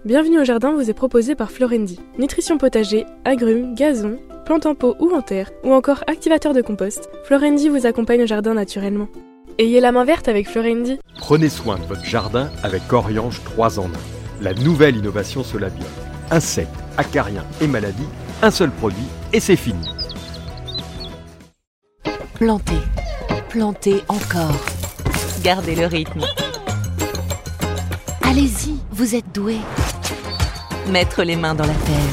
Bienvenue au jardin vous est proposé par Florendi. Nutrition potager, agrumes, gazon, plantes en pot ou en terre, ou encore activateur de compost, Florendi vous accompagne au jardin naturellement. Ayez la main verte avec Florendi. Prenez soin de votre jardin avec Oriange 3 en 1. La nouvelle innovation Solabiol. Insectes, acariens et maladies, un seul produit et c'est fini. Plantez, plantez encore. Gardez le rythme. Allez-y, vous êtes doués. Mettre les mains dans la terre.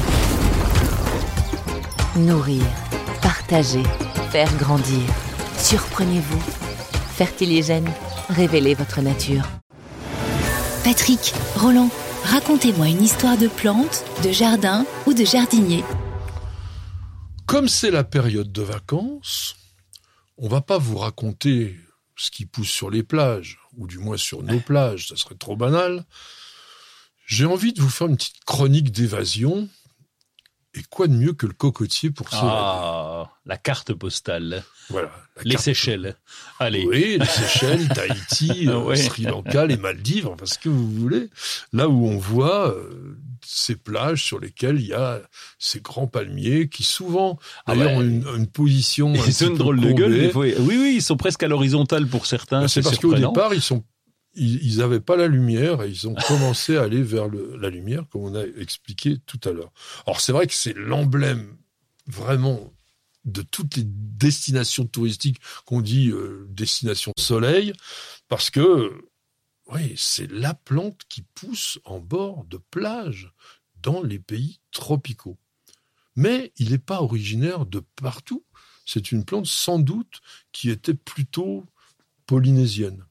Nourrir, partager, faire grandir. Surprenez-vous. Fertiligène, révélez votre nature. Patrick, Roland, racontez-moi une histoire de plante, de jardin ou de jardinier. Comme c'est la période de vacances, on va pas vous raconter ce qui pousse sur les plages, ou du moins sur nos plages, ça serait trop banal. J'ai envie de vous faire une petite chronique d'évasion. Et quoi de mieux que le cocotier pour ça? Ah, la carte postale. Voilà. Les Seychelles. Allez. Oui, les Seychelles, Tahiti, Ouais. Sri Lanka, les Maldives, enfin ce que vous voulez. Là où on voit ces plages sur lesquelles il y a ces grands palmiers qui souvent, d'ailleurs, ont une position un Ils petit ont une peu drôle de gueule, courbée. des fois. Oui, ils sont presque à l'horizontale pour certains. C'est parce qu'au surprenant. départ, ils n'avaient pas la lumière et ils ont commencé à aller vers la lumière, comme on a expliqué tout à l'heure. Alors c'est vrai que c'est l'emblème vraiment de toutes les destinations touristiques qu'on dit destination soleil, parce que oui, c'est la plante qui pousse en bord de plage dans les pays tropicaux. Mais il n'est pas originaire de partout. C'est une plante sans doute qui était plutôt polynésienne.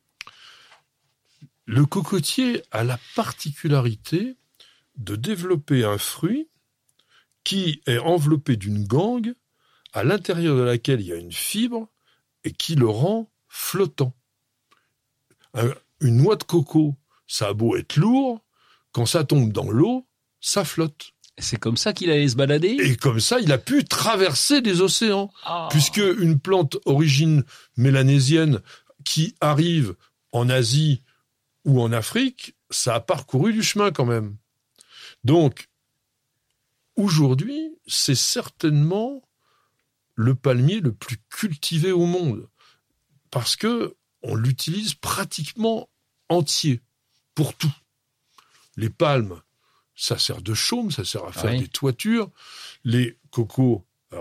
Le cocotier a la particularité de développer un fruit qui est enveloppé d'une gangue à l'intérieur de laquelle il y a une fibre et qui le rend flottant. Une noix de coco, ça a beau être lourd, quand ça tombe dans l'eau, ça flotte. C'est comme ça qu'il allait se balader. Et comme ça, il a pu traverser des océans. Puisque une plante origine mélanésienne qui arrive en Asie ou en Afrique, ça a parcouru du chemin quand même. Donc, aujourd'hui, c'est certainement le palmier le plus cultivé au monde. Parce que on l'utilise pratiquement entier pour tout. Les palmes, ça sert de chaume, ça sert à faire des toitures. Les cocos,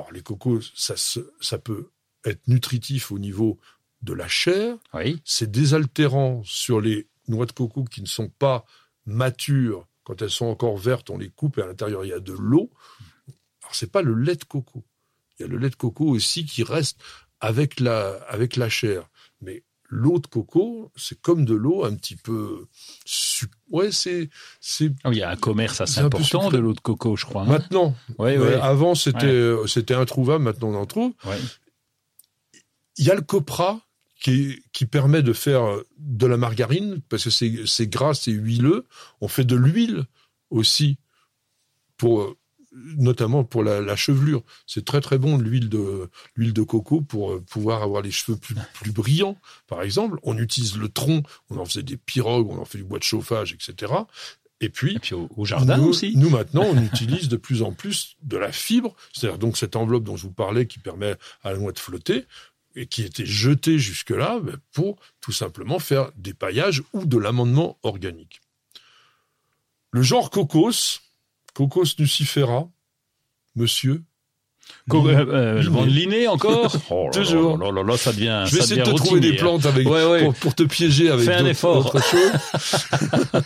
ça peut être nutritif au niveau de la chair. Oui. C'est désaltérant sur les noix de coco qui ne sont pas matures. Quand elles sont encore vertes, on les coupe et à l'intérieur, il y a de l'eau. Alors, c'est pas le lait de coco. Il y a le lait de coco aussi qui reste avec la chair. Mais l'eau de coco, c'est comme de l'eau un petit peu... Ouais, c'est... Il y a un commerce assez important de l'eau de coco, je crois. Hein. Maintenant. Avant, c'était introuvable. Maintenant, on en trouve. Ouais. Il y a le copra qui permet de faire de la margarine, parce que c'est gras, c'est huileux. On fait de l'huile aussi, notamment pour la chevelure. C'est très très bon, l'huile de coco, pour pouvoir avoir les cheveux plus brillants. Par exemple, on utilise le tronc, on en faisait des pirogues, on en fait du bois de chauffage, etc. Et puis au jardin aussi. Nous, maintenant, on utilise de plus en plus de la fibre, c'est-à-dire donc cette enveloppe dont je vous parlais qui permet à la noix de flotter, et qui était jetée jusque-là pour tout simplement faire des paillages ou de l'amendement organique. Le genre Cocos nucifera, monsieur. Le vent de Linné encore. Toujours. Là, ça devient. Je vais essayer de te trouver des plantes pour te piéger avec d'autres choses.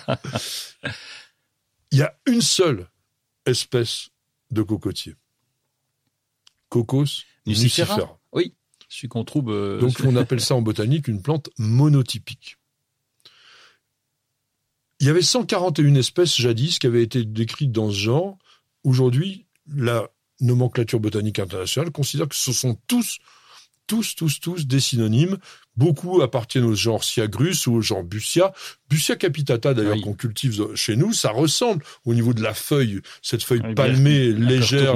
Il y a une seule espèce de cocotier. Cocos nucifera. Oui. Celui qu'on trouve. Donc, on appelle ça en botanique une plante monotypique. Il y avait 141 espèces jadis qui avaient été décrites dans ce genre. Aujourd'hui, la nomenclature botanique internationale considère que ce sont tous des synonymes. Beaucoup appartiennent au genre Siagrus ou au genre Bussia. Bussia capitata, d'ailleurs, qu'on cultive chez nous, ça ressemble au niveau de la feuille, cette feuille palmée, légère,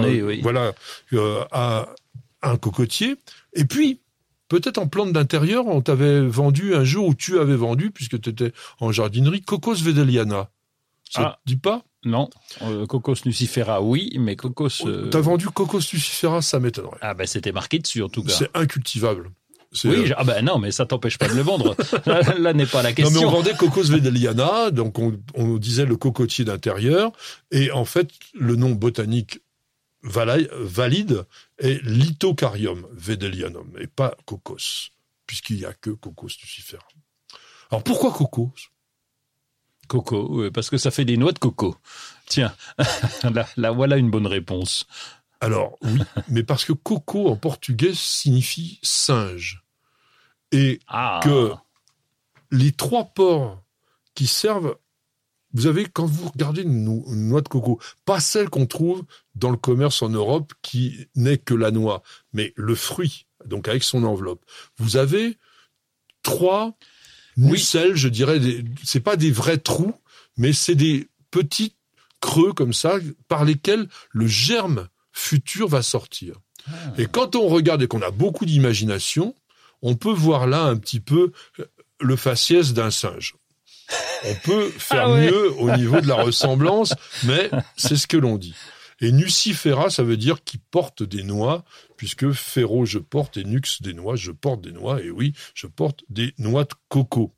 à un cocotier. Et puis, peut-être en plante d'intérieur, on t'avait vendu un jour, ou tu avais vendu, puisque tu étais en jardinerie, Cocos wedeliana. Ça te dit pas? Non, Cocos nucifera, oui, mais Cocos... T'as vendu Cocos nucifera, ça m'étonnerait. Ah ben c'était marqué dessus en tout cas. C'est incultivable. Oui, non, mais ça t'empêche pas de le vendre. là n'est pas la question. Non, mais on vendait Cocos wedeliana, donc on disait le cocotier d'intérieur, et en fait, le nom botanique valide est Lithocarium wedelianum, et pas Cocos, puisqu'il n'y a que Cocos nucifera. Alors pourquoi Cocos? Coco, parce que ça fait des noix de coco. Tiens, là voilà une bonne réponse. Alors, oui, mais parce que coco en portugais signifie singe. Et que les 3 ports qui servent, vous avez, quand vous regardez une noix de coco, pas celle qu'on trouve dans le commerce en Europe qui n'est que la noix, mais le fruit, donc avec son enveloppe. Vous avez 3 nucelles, je dirais, c'est pas des vrais trous, mais c'est des petits creux comme ça, par lesquels le germe futur va sortir. Et quand on regarde et qu'on a beaucoup d'imagination, on peut voir là un petit peu le faciès d'un singe. On peut faire mieux au niveau de la ressemblance, mais c'est ce que l'on dit. Et nucifera, ça veut dire qui porte des noix, puisque ferro, je porte, et nux, des noix, je porte des noix, et oui, je porte des noix de coco.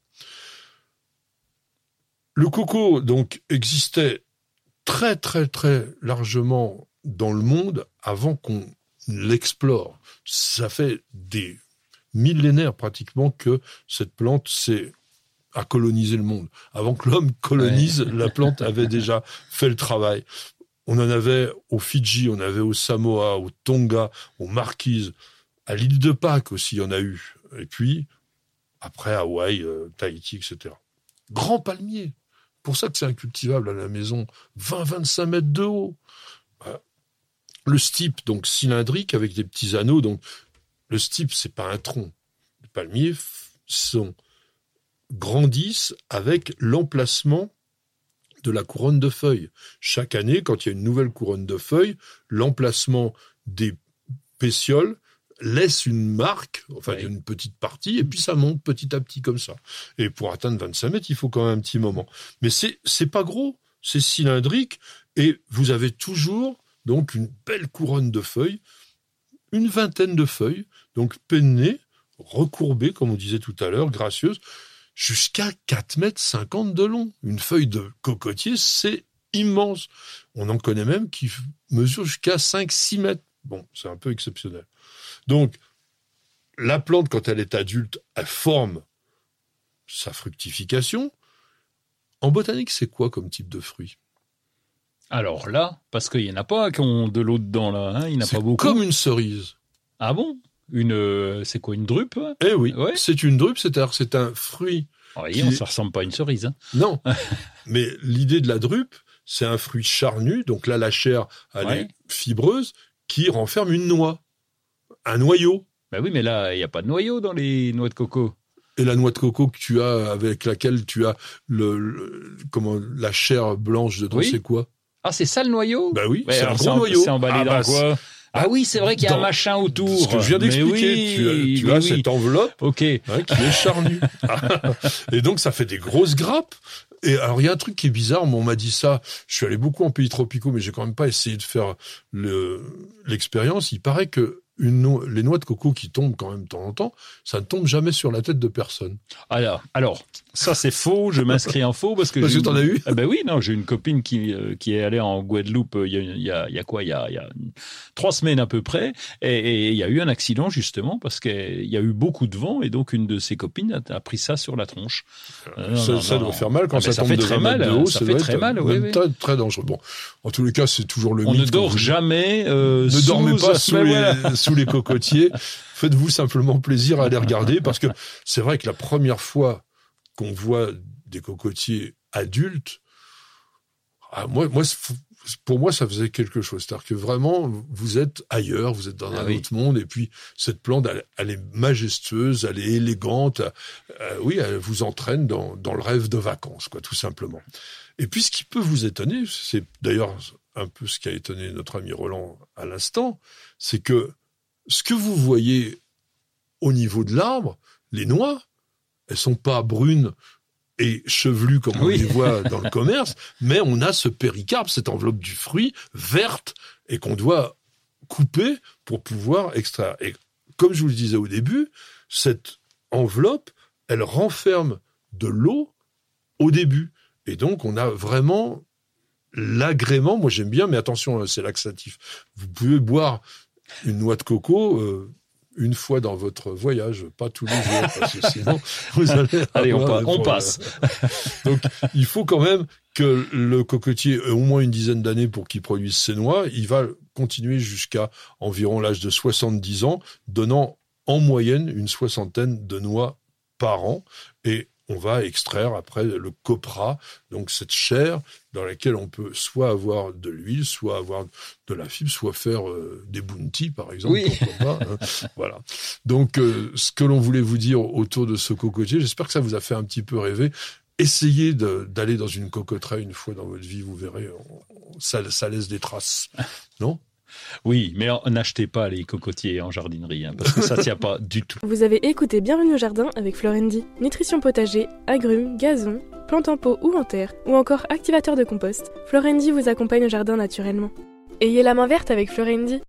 Le coco, donc, existait très, très, très largement dans le monde avant qu'on l'explore. Ça fait des millénaires pratiquement que cette plante a colonisé le monde. Avant que l'homme colonise, la plante avait déjà fait le travail. On en avait aux Fidji, on avait aux Samoa, aux Tonga, aux Marquises, à l'île de Pâques aussi, il y en a eu. Et puis, après, Hawaï, Tahiti, etc. Grand palmier. Pour ça que c'est incultivable à la maison. 20-25 mètres de haut. Le stipe, donc cylindrique, avec des petits anneaux. Donc, le stipe, c'est pas un tronc. Les palmiers grandissent avec l'emplacement de la couronne de feuilles. Chaque année, quand il y a une nouvelle couronne de feuilles, l'emplacement des pétioles laisse une marque, une petite partie, et puis ça monte petit à petit comme ça. Et pour atteindre 25 mètres, il faut quand même un petit moment. Mais c'est pas gros, c'est cylindrique, et vous avez toujours donc une belle couronne de feuilles, une vingtaine de feuilles, donc pennées, recourbées, comme on disait tout à l'heure, gracieuses, jusqu'à 4,50 mètres de long. Une feuille de cocotier, c'est immense. On en connaît même qui mesurent jusqu'à 5-6 mètres. Bon, c'est un peu exceptionnel. Donc, la plante, quand elle est adulte, elle forme sa fructification. En botanique, c'est quoi comme type de fruit? Alors là, parce qu'il n'y en a pas qui ont de l'eau dedans, là, il n'y en a pas beaucoup. C'est comme une cerise. Ah bon? C'est quoi, une drupe? Eh oui, c'est une drupe, c'est-à-dire c'est un fruit. Ça ressemble pas à une cerise. Non, mais l'idée de la drupe, c'est un fruit charnu, donc là la chair elle est fibreuse, qui renferme une noix, un noyau. Ben oui, mais là il n'y a pas de noyau dans les noix de coco. Et la noix de coco que tu as, avec laquelle tu as la chair blanche dedans, c'est quoi? Ah, c'est ça le noyau? Ben oui, c'est un gros noyau. C'est emballé dans quoi? Ah oui, c'est vrai qu'il y a un machin autour. Ce que je viens d'expliquer, tu as cette enveloppe qui est charnue. Et donc, ça fait des grosses grappes. Et alors, il y a un truc qui est bizarre. On m'a dit ça. Je suis allé beaucoup en pays tropicaux, mais j'ai quand même pas essayé de faire l'expérience. Il paraît que les noix de coco qui tombent quand même de temps en temps, ça ne tombe jamais sur la tête de personne. Alors, ça c'est faux, je m'inscris en faux parce que t'en as eu? Ah ben oui, non, j'ai une copine qui est allée en Guadeloupe il y a 3 semaines à peu près, et il y a eu un accident justement parce qu'il y a eu beaucoup de vent et donc une de ses copines a pris ça sur la tronche. Ça doit faire mal quand ça tombe de 20 mètres de haut, ça fait très mal, très, très dangereux. Bon, en tous les cas, c'est toujours le mythe. On ne dort jamais ne dormez pas sous les cocotiers. Faites-vous simplement plaisir à les regarder parce que c'est vrai que la première fois qu'on voit des cocotiers adultes, pour moi, ça faisait quelque chose. C'est-à-dire que vraiment, vous êtes ailleurs, vous êtes dans un autre monde, et puis cette plante, elle est majestueuse, elle est élégante, elle vous entraîne dans le rêve de vacances, quoi, tout simplement. Et puis, ce qui peut vous étonner, c'est d'ailleurs un peu ce qui a étonné notre ami Roland à l'instant, c'est que ce que vous voyez au niveau de l'arbre, les noix, elles sont pas brunes et chevelus comme on les voit dans le commerce, mais on a ce péricarpe, cette enveloppe du fruit verte et qu'on doit couper pour pouvoir extraire. Et comme je vous le disais au début, cette enveloppe, elle renferme de l'eau au début. Et donc, on a vraiment l'agrément. Moi, j'aime bien, mais attention, c'est laxatif. Vous pouvez boire une noix de coco une fois dans votre voyage, pas tous les jours, parce que sinon, vous allez... Allez, on passe. Donc, il faut quand même que le cocotier ait au moins une dizaine d'années pour qu'il produise ses noix. Il va continuer jusqu'à environ l'âge de 70 ans, donnant en moyenne une 60aine de noix par an. Et on va extraire après le copra, donc cette chair dans laquelle on peut soit avoir de l'huile, soit avoir de la fibre, soit faire des bounties, par exemple. Oui. Pourquoi pas, hein. Voilà. Donc, ce que l'on voulait vous dire autour de ce cocotier, j'espère que ça vous a fait un petit peu rêver. Essayez d'aller dans une cocoterie une fois dans votre vie, vous verrez, ça laisse des traces, non ? Oui, mais n'achetez pas les cocotiers en jardinerie, hein, parce que ça tient pas du tout. Vous avez écouté Bienvenue au jardin avec Florendi. Nutrition potager, agrumes, gazon, plantes en pot ou en terre, ou encore activateur de compost, Florendi vous accompagne au jardin naturellement. Ayez la main verte avec Florendi.